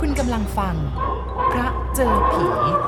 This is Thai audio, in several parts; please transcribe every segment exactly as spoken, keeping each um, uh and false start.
คุณกำลังฟังพระเจอผี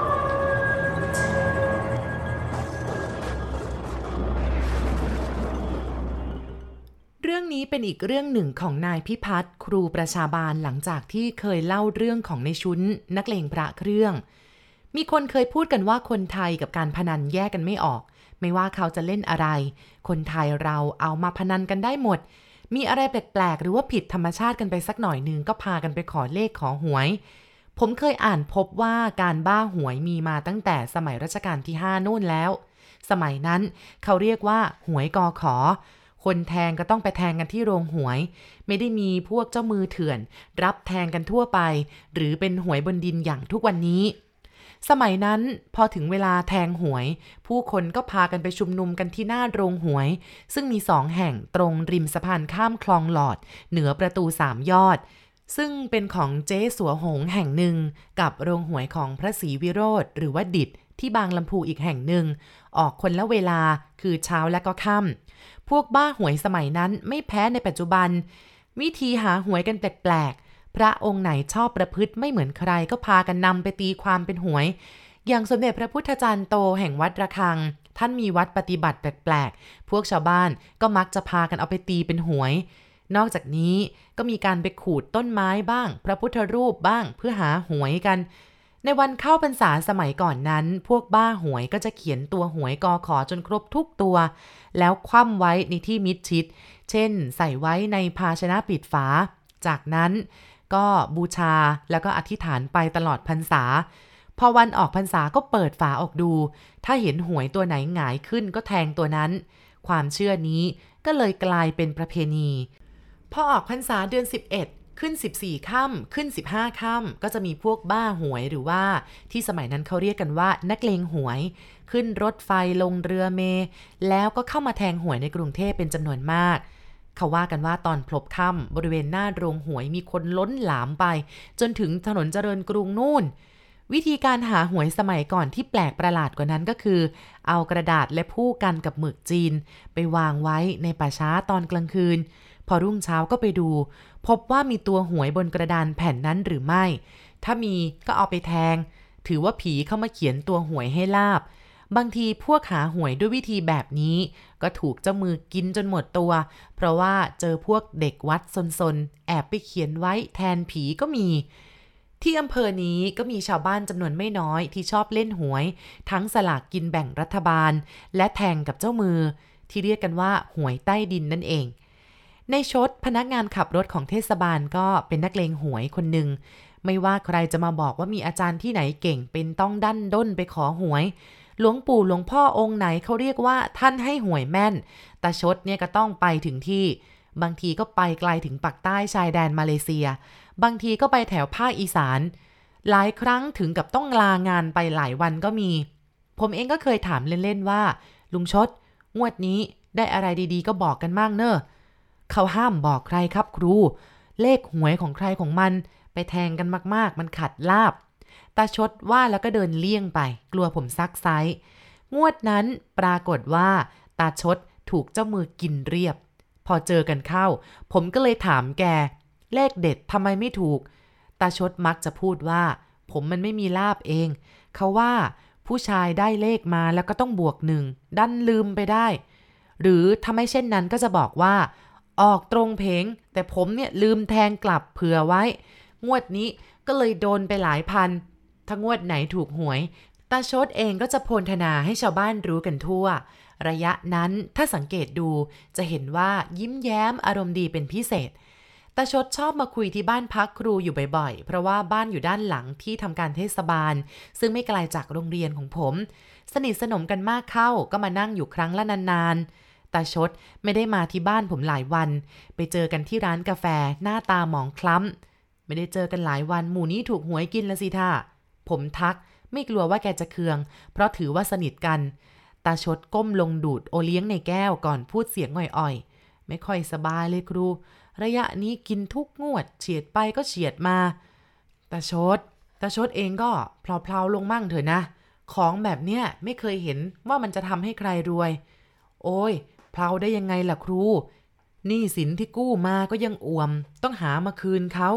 เรื่องนี้เป็นอีกเรื่องหนึ่งของนายพิพัฒน์ครูประชาบาลหลังจากที่เคยเล่าเรื่องของในชุ้นนักเลงพระเครื่องมีคนเคยพูดกันว่าคนไทยกับการพนันแยกกันไม่ออกไม่ว่าเขาจะเล่นอะไรคนไทยเราเอามาพนันกันได้หมดมีอะไรแปลกๆหรือว่าผิดธรรมชาติกันไปสักหน่อยนึงก็พากันไปขอเลขขอหวยผมเคยอ่านพบว่าการบ้าหวยมีมาตั้งแต่สมัยรัชกาลที่ห้านู่นแล้วสมัยนั้นเขาเรียกว่าหวยกอขอคนแทงก็ต้องไปแทงกันที่โรงหวยไม่ได้มีพวกเจ้ามือเถื่อนรับแทงกันทั่วไปหรือเป็นหวยบนดินอย่างทุกวันนี้สมัยนั้นพอถึงเวลาแทงหวยผู้คนก็พากันไปชุมนุมกันที่หน้าโรงหวยซึ่งมีสองแห่งตรงริมสะพานข้ามคลองหลอดเหนือประตูสามยอดซึ่งเป็นของเจ๊สัวหงแห่งหนึ่งกับโรงหวยของพระศรีวิโรธหรือว่าดิษฐ์ที่บางลำพูอีกแห่งหนึ่งออกคนละเวลาคือเช้าและก็ค่ำพวกบ้าหวยสมัยนั้นไม่แพ้ในปัจจุบันวิธีหาหวยกันแปลกๆพระองค์ไหนชอบประพฤติไม่เหมือนใครก็พากันนำไปตีความเป็นหวยอย่างสมเด็จพระพุทธจารย์โตแห่งวัดระฆังท่านมีวัดปฏิบัติแปลกๆพวกชาวบ้านก็มักจะพากันเอาไปตีเป็นหวยนอกจากนี้ก็มีการไปขูดต้นไม้บ้างพระพุทธรูปบ้างเพื่อหาหวยกันในวันเข้าพรรษาสมัยก่อนนั้นพวกบ้าหวยก็จะเขียนตัวหวยกอขอจนครบทุกตัวแล้วคว่ำไว้ในที่มิดชิดเช่นใส่ไว้ในภาชนะปิดฝาจากนั้นก็บูชาแล้วก็อธิษฐานไปตลอดพรรษาพอวันออกพรรษาก็เปิดฝาออกดูถ้าเห็นหวยตัวไหนหงายขึ้นก็แทงตัวนั้นความเชื่อนี้ก็เลยกลายเป็นประเพณีพอออกพรรษาเดือนสิบเอ็ดขึ้นสิบสี่ค่ำขึ้นสิบห้าค่ำก็จะมีพวกบ้าหวยหรือว่าที่สมัยนั้นเขาเรียกกันว่านักเลงหวยขึ้นรถไฟลงเรือเมล์แล้วก็เข้ามาแทงหวยในกรุงเทพเป็นจำนวนมากเขาว่ากันว่าตอนพลบค่ำบริเวณหน้าโรงหวยมีคนล้นหลามไปจนถึงถนนเจริญกรุงนู่นวิธีการหาหวยสมัยก่อนที่แปลกประหลาดกว่านั้นก็คือเอากระดาษและผู้กันกับหมึกจีนไปวางไว้ในป่าช้าตอนกลางคืนพอรุ่งเช้าก็ไปดูพบว่ามีตัวหวยบนกระดานแผ่นนั้นหรือไม่ถ้ามีก็เอาไปแทงถือว่าผีเข้ามาเขียนตัวหวยให้ลาบบางทีพวกหาหวยด้วยวิธีแบบนี้ก็ถูกเจ้ามือกินจนหมดตัวเพราะว่าเจอพวกเด็กวัดซนๆแอบไปเขียนไว้แทนผีก็มีที่อำเภอนี้ก็มีชาวบ้านจำนวนไม่น้อยที่ชอบเล่นหวยทั้งสลากกินแบ่งรัฐบาลและแทงกับเจ้ามือที่เรียกกันว่าหวยใต้ดินนั่นเองในชดพนักงานขับรถของเทศบาลก็เป็นนักเลงหวยคนหนึ่งไม่ว่าใครจะมาบอกว่ามีอาจารย์ที่ไหนเก่งเป็นต้องดั้นด้นไปขอหวยหลวงปู่หลวงพ่อองค์ไหนเขาเรียกว่าท่านให้หวยแม่นตาชดเนี่ยก็ต้องไปถึงที่บางทีก็ไปไกลถึงปากใต้ชายแดนมาเลเซียบางทีก็ไปแถวภาคอีสานหลายครั้งถึงกับต้องลางานไปหลายวันก็มีผมเองก็เคยถามเล่นๆว่าลุงชดงวดนี้ได้อะไรดีๆก็บอกกันมั่งเนอะเขาห้ามบอกใครครับครูเลขหวยของใครของมันไปแทงกันมากๆมันขัดลาบตาชดว่าแล้วก็เดินเลี่ยงไปกลัวผมซักไซส์งวดนั้นปรากฏว่าตาชดถูกเจ้ามือกินเรียบพอเจอกันเข้าผมก็เลยถามแกเลขเด็ดทำไมไม่ถูกตาชดมักจะพูดว่าผมมันไม่มีลาบเองเขาว่าผู้ชายได้เลขมาแล้วก็ต้องบวกหนึ่งดันลืมไปได้หรือถ้าไม่เช่นนั้นก็จะบอกว่าออกตรงเพงแต่ผมเนี่ยลืมแทงกลับเผื่อไว้งวดนี้ก็เลยโดนไปหลายพันถ้างวดไหนถูกหวยตาชดเองก็จะโพลธนาให้ชาวบ้านรู้กันทั่วระยะนั้นถ้าสังเกตดูจะเห็นว่ายิ้มแย้มอารมณ์ดีเป็นพิเศษตาชดชอบมาคุยที่บ้านพักครูอยู่บ่อยๆเพราะว่าบ้านอยู่ด้านหลังที่ทำการเทศบาลซึ่งไม่ไกลจากโรงเรียนของผมสนิทสนมกันมากเข้าก็มานั่งอยู่ครั้งละนานๆตาชดไม่ได้มาที่บ้านผมหลายวันไปเจอกันที่ร้านกาแฟหน้าตาหมองคล้ำไม่ได้เจอกันหลายวันหมู่นี้ถูกหวยกินละสิท่าผมทักไม่กลัวว่าแกจะเคืองเพราะถือว่าสนิทกันตาชดก้มลงดูดโอเลี้ยงในแก้วก่อนพูดเสียงอ่อยๆไม่ค่อยสบายเลยครูระยะนี้กินทุกงวดเฉียดไปก็เฉียดมาตาชดตาชดเองก็เพลาๆลงมั่งเถอะนะของแบบเนี้ยไม่เคยเห็นว่ามันจะทำให้ใครรวยโอ้ยเพลาได้ยังไงล่ะครูหนี้สินที่กู้มาก็ยังอ่วมต้องหามาคืนเขา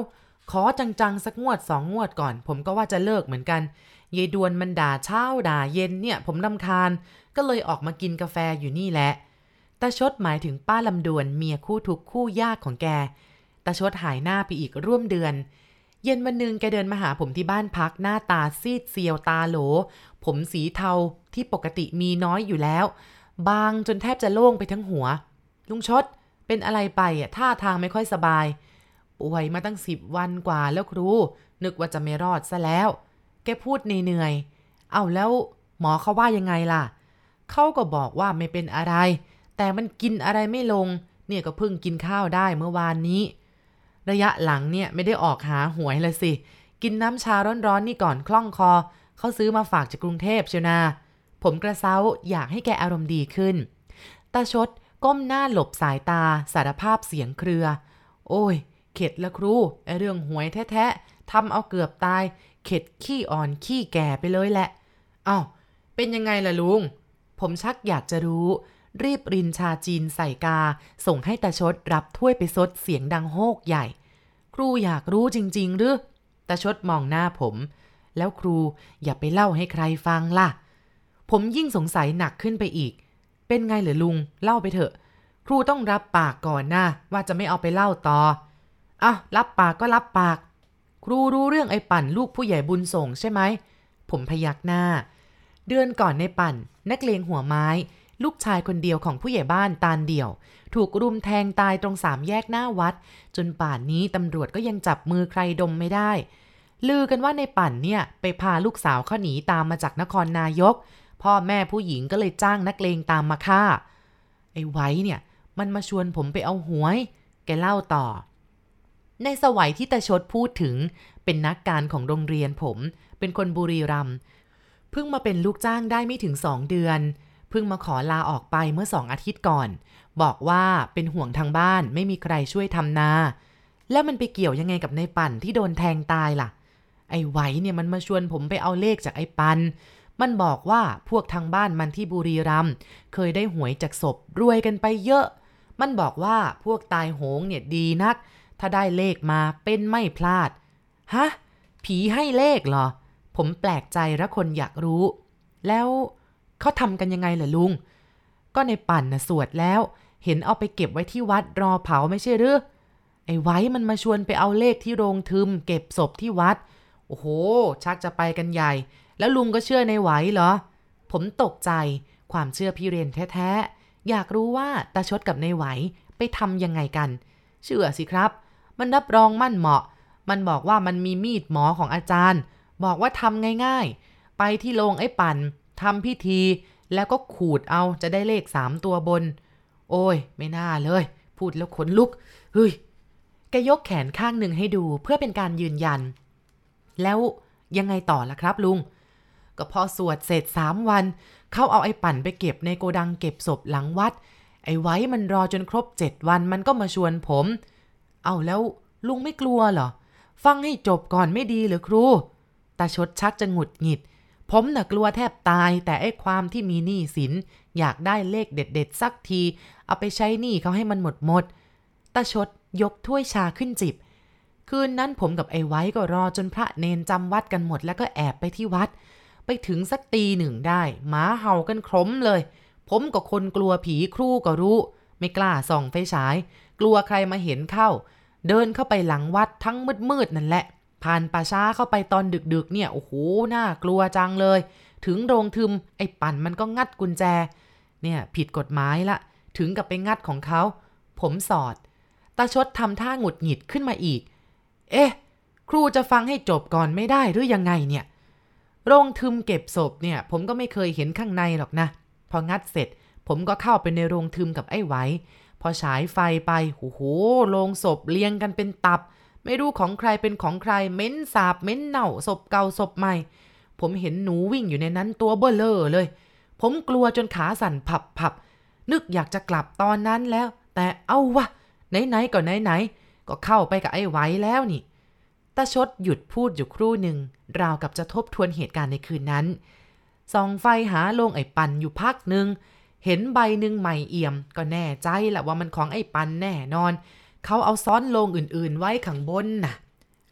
ขอจังๆสักงวดสองงวดก่อนผมก็ว่าจะเลิกเหมือนกันยายดวนมันด่าเช้าด่าเย็นเนี่ยผมรำคาญก็เลยออกมากินกาแฟอยู่นี่แหละตาชดหมายถึงป้าลำดวนเมียคู่ทุกคู่ยากของแกตาชดหายหน้าไปอีกร่วมเดือนเย็นวันนึงแกเดินมาหาผมที่บ้านพักหน้าตาซีดเซียวตาโหลผมสีเทาที่ปกติมีน้อยอยู่แล้วบางจนแทบจะโล่งไปทั้งหัวลุงชดเป็นอะไรไปอ่ะท่าทางไม่ค่อยสบายป่วยมาตั้งสิบวันกว่าแล้วครูนึกว่าจะไม่รอดซะแล้วแกพูดเหนื่อยๆเอาแล้วหมอเขาว่ายังไงล่ะเขาก็บอกว่าไม่เป็นอะไรแต่มันกินอะไรไม่ลงเนี่ยก็เพิ่งกินข้าวได้เมื่อวานนี้ระยะหลังเนี่ยไม่ได้ออกหาหวยเลยสิกินน้ำชาร้อนๆนี่ก่อนคล่องคอเขาซื้อมาฝากจากกรุงเทพเชียวนาผมกระเซ้าอยากให้แกอารมณ์ดีขึ้นตาชดก้มหน้าหลบสายตาสารภาพเสียงเครือโอ้ยเข็ดละครูไอเรื่องหวยแท้ๆทำเอาเกือบตายเข็ดขี้อ่อนขี้แก่ไปเลยแหละอ้าวเป็นยังไงล่ะลุงผมชักอยากจะรู้รีบรินชาจีนใส่กาส่งให้ตาชดรับถ้วยไปซดเสียงดังโฮกใหญ่ครูอยากรู้จริงๆหรือตาชดมองหน้าผมแล้วครูอย่าไปเล่าให้ใครฟังล่ะผมยิ่งสงสัยหนักขึ้นไปอีกเป็นไงเหรอลุงเล่าไปเถอะครูต้องรับปากก่อนนะว่าจะไม่เอาไปเล่าต่ออ่ะรับปากก็รับปากครูรู้เรื่องไอ้ปั่นลูกผู้ใหญ่บุญส่งใช่ไหมผมพยักหน้าเดือนก่อนในปั่นนักเลงหัวไม้ลูกชายคนเดียวของผู้ใหญ่บ้านตาลเดี่ยวถูกรุมแทงตายตรงสามแยกหน้าวัดจนป่านนี้ตำรวจก็ยังจับมือใครดมไม่ได้ลือกันว่าในปั่นเนี่ยไปพาลูกสาวเขาหนีตามมาจากนครนายกพ่อแม่ผู้หญิงก็เลยจ้างนักเลงตามมาฆ่าไอ้ไว้เนี่ยมันมาชวนผมไปเอาหวยแกเล่าต่อในสวัยที่ตาชดพูดถึงเป็นนักการของโรงเรียนผมเป็นคนบุรีรัมย์เพิ่งมาเป็นลูกจ้างได้ไม่ถึงสองเดือนเพิ่งมาขอลาออกไปเมื่อสองอาทิตย์ก่อนบอกว่าเป็นห่วงทางบ้านไม่มีใครช่วยทำนาแล้วมันไปเกี่ยวยังไงกับในปั่นที่โดนแทงตายล่ะไอ้ไว้เนี่ยมันมาชวนผมไปเอาเลขจากไอ้ปันมันบอกว่าพวกทางบ้านมันที่บุรีรัมย์เคยได้หวยจากศพรวยกันไปเยอะมันบอกว่าพวกตายโหงเนี่ยดีนักถ้าได้เลขมาเป็นไม่พลาดฮะผีให้เลขเหรอผมแปลกใจและคนอยากรู้แล้วเขาทำกันยังไงเหรอลุงก็ในปั่นน่ะสวดแล้วเห็นเอาไปเก็บไว้ที่วัดรอเผาไม่ใช่หรือไอ้ไว้มันมาชวนไปเอาเลขที่โรงทึมเก็บศพที่วัดโอ้โหชักจะไปกันใหญ่แล้วลุงก็เชื่อในไหวเหรอผมตกใจความเชื่อพี่เรนแท้ๆอยากรู้ว่าตาชดกับในไหวไปทำยังไงกันเชื่อสิครับมันรับรองมั่นเหมาะมันบอกว่ามันมีมีดหมอของอาจารย์บอกว่าทำง่ายๆไปที่โรงไอ้ปั่นทำพิธีแล้วก็ขูดเอาจะได้เลขสามตัวบนโอ้ยไม่น่าเลยพูดแล้วขนลุกเฮ้ยแกยกแขนข้างหนึ่งให้ดูเพื่อเป็นการยืนยันแล้วยังไงต่อล่ะครับลุงก็พอสวดเสร็จสามวันเขาเอาไอ้ปั่นไปเก็บในโกดังเก็บศพหลังวัดไอ้ไว้มันรอจนครบเจ็ดวันมันก็มาชวนผมเอาแล้วลุงไม่กลัวเหรอฟังให้จบก่อนไม่ดีหรือครูตาชดชักจะหงุดหงิดผมน่ะกลัวแทบตายแต่ไอ้ความที่มีหนี้สินอยากได้เลขเด็ดๆสักทีเอาไปใช้หนี้เขาให้มันหมดหมดตาชดยกถ้วยชาขึ้นจิบคืนนั้นผมกับไอ้ไว้ก็รอจนพระเนนจำวัดกันหมดแล้วก็แอบไปที่วัดไปถึงสักตีหนึ่งได้หมาเห่ากันคล้มเลยผมก็คนกลัวผีครูก็รู้ไม่กล้าส่องไฟฉายกลัวใครมาเห็นเข้าเดินเข้าไปหลังวัดทั้งมืดๆนั่นแหละผ่านป่าช้าเข้าไปตอนดึกๆเนี่ยโอ้โหน่ากลัวจังเลยถึงโรงทึมไอ้ปั่นมันก็งัดกุญแจเนี่ยผิดกฎหมายละถึงกับไปงัดของเขาผมสอดตาชดทำท่าหงุดหงิดขึ้นมาอีกเอ๊ะครูจะฟังให้จบก่อนไม่ได้หรือยังไงเนี่ยโรงทึมเก็บศพเนี่ยผมก็ไม่เคยเห็นข้างในหรอกนะพองัดเสร็จผมก็เข้าไปในโรงทึมกับไอ้ไว้พอฉายไฟไปโอ้โหโรงศพเรียงกันเป็นตับไม่รู้ของใครเป็นของใครเหม็นสาบเหม็นเน่าศพเก่าศพใหม่ผมเห็นหนูวิ่งอยู่ในนั้นตัวเบ้อเร่อเลยผมกลัวจนขาสั่นผับๆนึกอยากจะกลับตอนนั้นแล้วแต่เอาวะไหนๆก็ไหนๆก็เข้าไปกับไอ้ไว้แล้วนี่ตาชดหยุดพูดอยู่ครู่หนึ่งราวกับจะทบทวนเหตุการณ์ในคืนนั้นส่องไฟหาโลงไอ้ปั่นอยู่พักหนึ่งเห็นใบหนึ่งใหม่เอี่ยมก็แน่ใจแหละว่ามันของไอ้ปั่นแน่นอนเขาเอาซ้อนโลงอื่นๆไว้ข้างบนน่ะ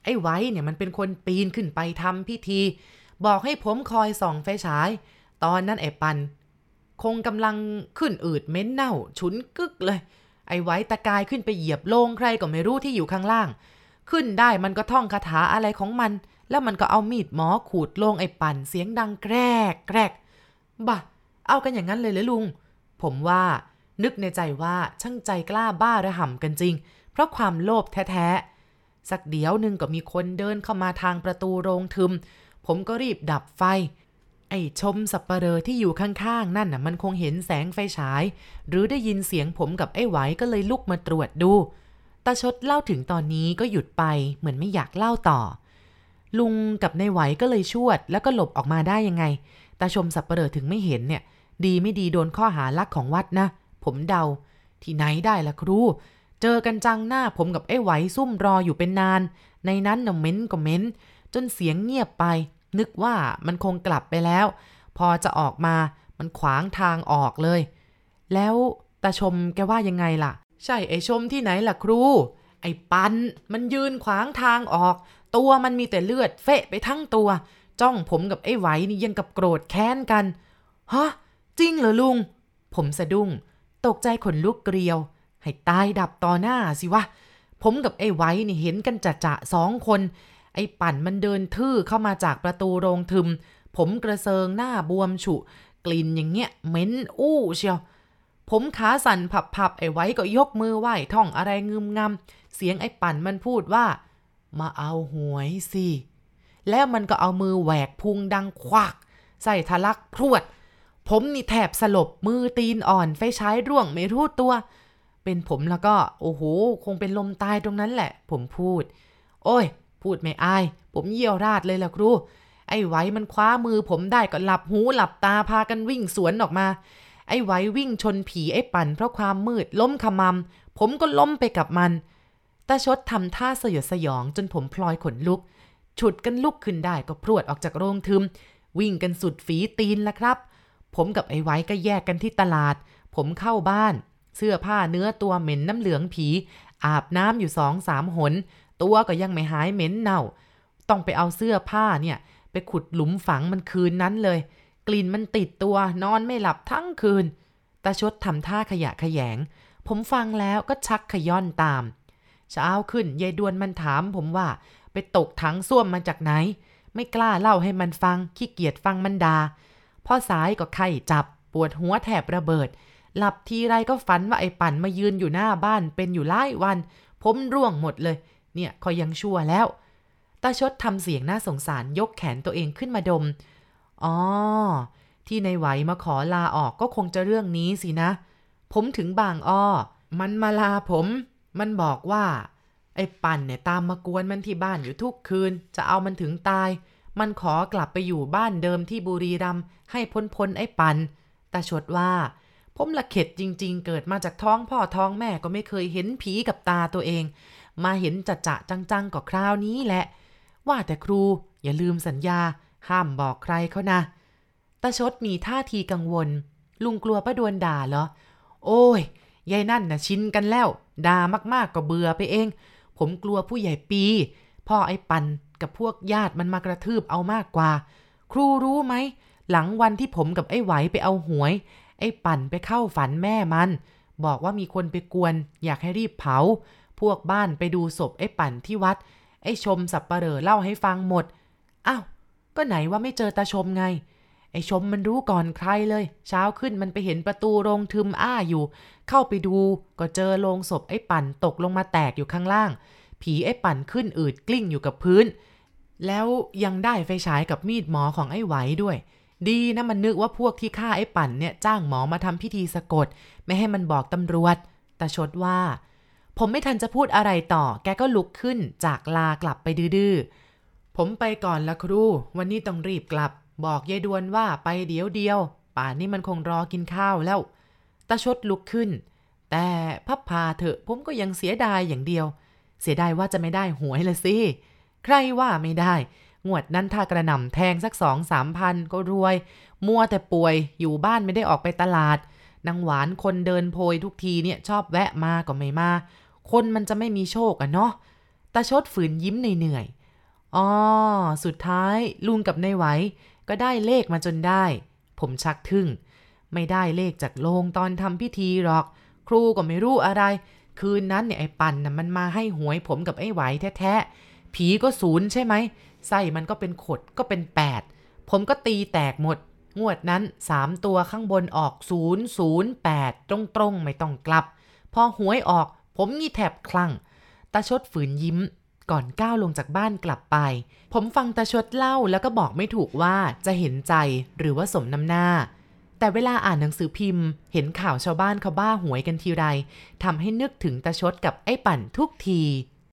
ไอ้ไว้เนี่ยมันเป็นคนปีนขึ้นไปทำพิธีบอกให้ผมคอยส่องไฟฉายตอนนั้นไอ้ปันคงกำลังขึ้นอืดเหม็นเน่าฉุนกึกเลยไอ้ไว้ตะกายขึ้นไปเหยียบโลงใครก็ไม่รู้ที่อยู่ข้างล่างขึ้นได้มันก็ท่องคาถาอะไรของมันแล้วมันก็เอามีดหมอขูดโลงไอ้ปันเสียงดังแกรกแกรกบ่ะเอากันอย่างนั้นเลยเหรอลุงผมว่านึกในใจว่าช่างใจกล้าบ้าระห่ำกันจริงเพราะความโลภแท้ๆสักเดี๋ยวนึงก็มีคนเดินเข้ามาทางประตูโรงทึมผมก็รีบดับไฟไอ้ชมสับปะเรอที่อยู่ข้างๆนั่นน่ะมันคงเห็นแสงไฟฉายหรือได้ยินเสียงผมกับไอ้ไหวก็เลยลุกมาตรวจดูตาชดเล่าถึงตอนนี้ก็หยุดไปเหมือนไม่อยากเล่าต่อลุงกับนายไหวก็เลยชวดแล้วก็หลบออกมาได้ยังไงตาชมสับปะเรอถึงไม่เห็นเนี่ยดีไม่ดีโดนข้อหาลักของวัดนะผมเดาที่ไหนได้ล่ะครูเจอกันจังหน้าผมกับไอ้ไหวซุ่มรออยู่เป็นนานในนั้นน่ะเม้นก็เม้นจนเสียงเงียบไปนึกว่ามันคงกลับไปแล้วพอจะออกมามันขวางทางออกเลยแล้วตาชมแกว่ายังไงล่ะใช่ไอ้ชมที่ไหนล่ะครูไอ้ปันมันยืนขวางทางออกตัวมันมีแต่เลือดเฟะไปทั้งตัวจ้องผมกับไอ้ไหวนี่ยังกับโกรธแค้นกันฮะจริงเหรอลุงผมสะดุ้งตกใจขนลุกเกลียวให้ตายดับต่อหน้าสิวะผมกับไอ้ไหวนี่เห็นกันจะจะสองคนไอ้ปั่นมันเดินทื่อเข้ามาจากประตูโรงทึมผมกระเซิงหน้าบวมฉุกลิ่นอย่างเงี้ยเหม็นอู้เชียวผมขาสั่นผับๆไอ้ไว้ก็ยกมือไหว้ท่องอะไรงึมงำเสียงไอ้ปั่นมันพูดว่ามาเอาหวยสิแล้วมันก็เอามือแหวกพุงดังควักใส่ทะลักพรวดผมนี่แทบสลบมือตีนอ่อนไฟฉายร่วงไม่รู้ตัวเป็นผมแล้วก็โอ้โหคงเป็นลมตายตรงนั้นแหละผมพูดโอ้ยพูดไม่อายผมเยี่ยวราดเลยล่ะครูไอ้ไว้มันคว้ามือผมได้ก็หลับหูหลับตาพากันวิ่งสวนออกมาไอ้ไว้วิ่งชนผีไอ้ปั่นเพราะความมืดล้มขมำผมก็ล้มไปกับมันตาชดทำท่าสยดสยองจนผมพลอยขนลุกฉุดกันลุกขึ้นได้ก็พรวดออกจากโรงทึมวิ่งกันสุดฝีตีนละครับผมกับไอ้ไว้ก็แยกกันที่ตลาดผมเข้าบ้านเสื้อผ้าเนื้อตัวเหม็นน้ำเหลืองผีอาบน้ำอยู่สองสามหนตัวก็ยังไม่หายเหม็นเน่าต้องไปเอาเสื้อผ้าเนี่ยไปขุดหลุมฝังมันคืนนั้นเลยกลิ่นมันติดตัวนอนไม่หลับทั้งคืนตาชดทำท่าขยะแขยงผมฟังแล้วก็ชักขย้อนตามเช้าขึ้นยายดวนมันถามผมว่าไปตกถังส้วมมาจากไหนไม่กล้าเล่าให้มันฟังขี้เกียจฟังมันดาพอสายก็ไข้จับปวดหัวแถบระเบิดหลับทีไรก็ฝันว่าไอ้ปั่นมายืนอยู่หน้าบ้านเป็นอยู่หลายวันผมร่วงหมดเลยเนี่ยคอยยังชั่วแล้วตาชดทำเสียงน่าสงสารยกแขนตัวเองขึ้นมาดมอ๋อที่ในไหวมาขอลาออกก็คงจะเรื่องนี้สินะผมถึงบางอ้อมันมาลาผมมันบอกว่าไอ้ปั่นเนี่ยตามมากวนมันที่บ้านอยู่ทุกคืนจะเอามันถึงตายมันขอกลับไปอยู่บ้านเดิมที่บุรีรัมย์ให้พ้นพ้นไอ้ปั่นตาชดว่าผมละเข็ดจริงๆเกิดมาจากท้องพ่อท้องแม่ก็ไม่เคยเห็นผีกับตาตัวเองมาเห็นจะจะจังๆก็คราวนี้แหละว่าแต่ครูอย่าลืมสัญญาห้ามบอกใครเขานะตาชดมีท่าทีกังวลลุงกลัวป้าดวนด่าเหรอโอ้ยยายนั่นน่ะชินกันแล้วด่ามากๆก็เบื่อไปเองผมกลัวผู้ใหญ่ปีพ่อไอ้ปันกับพวกญาติมันมากระทืบเอามากกว่าครูรู้ไหมหลังวันที่ผมกับไอ้ไหวไปเอาหวยไอ้ปั่นไปเข้าฝันแม่มันบอกว่ามีคนไปกวนอยากให้รีบเผาพวกบ้านไปดูศพไอ้ปั่นที่วัดไอ้ชมสับปะเหร่อเล่าให้ฟังหมดอ้าวก็ไหนว่าไม่เจอตาชมไงไอ้ชมมันรู้ก่อนใครเลยเช้าขึ้นมันไปเห็นประตูโรงทึมอ้าอยู่เข้าไปดูก็เจอโลงศพไอ้ปั่นตกลงมาแตกอยู่ข้างล่างผีไอ้ปั่นขึ้นอืดกลิ้งอยู่กับพื้นแล้วยังได้ไฟฉายกับมีดหมอของไอ้ไหวด้วยดีนะมันนึกว่าพวกที่ฆ่าไอ้ปั่นเนี่ยจ้างหมอมาทำพิธีสะกดไม่ให้มันบอกตำรวจตาชดว่าผมไม่ทันจะพูดอะไรต่อแกก็ลุกขึ้นจากลากลับไปดื้อๆผมไปก่อนละครูวันนี้ต้องรีบกลับบอกยายดวนว่าไปเดี๋ยวเดียวป่านนี้มันคงรอกินข้าวแล้วตาชดลุกขึ้นแต่พับพาเถอะผมก็ยังเสียดายอย่างเดียวเสียดายว่าจะไม่ได้หวยละสิใครว่าไม่ได้งวดนั้นถ้ากระหน่ำแทงสักสองสามพันก็รวยมัวแต่ป่วยอยู่บ้านไม่ได้ออกไปตลาดนางหวานคนเดินโพยทุกทีเนี่ยชอบแวะมาก็ไม่มาคนมันจะไม่มีโชคอ่ะเนาะตาชดฝืนยิ้มเหนื่อยๆอ๋อสุดท้ายลุงกับนายไหวก็ได้เลขมาจนได้ผมชักทึ่งไม่ได้เลขจากโรงตอนทำพิธีหรอกครูก็ไม่รู้อะไรคืนนั้นเนี่ยไอ้ปั่นน่ะมันมาให้หวยผมกับไอ้ไหวแท้ๆผีก็ศูนย์ใช่ไหมไส้มันก็เป็นขดก็เป็นแปดผมก็ตีแตกหมดงวดนั้นสามตัวข้างบนออกศูนย์ ศูนย์ แปดตรงๆไม่ต้องกลับพอหวยออกผมนี่แทบคลั่งตาชดฝืนยิ้มก่อนก้าวลงจากบ้านกลับไปผมฟังตาชดเล่าแล้วก็บอกไม่ถูกว่าจะเห็นใจหรือว่าสมน้ำหน้าแต่เวลาอ่านหนังสือพิมพ์เห็นข่าวชาวบ้านเขาบ้าหวยกันทีไรทำให้นึกถึงตาชดกับไอ้ปั่นทุกที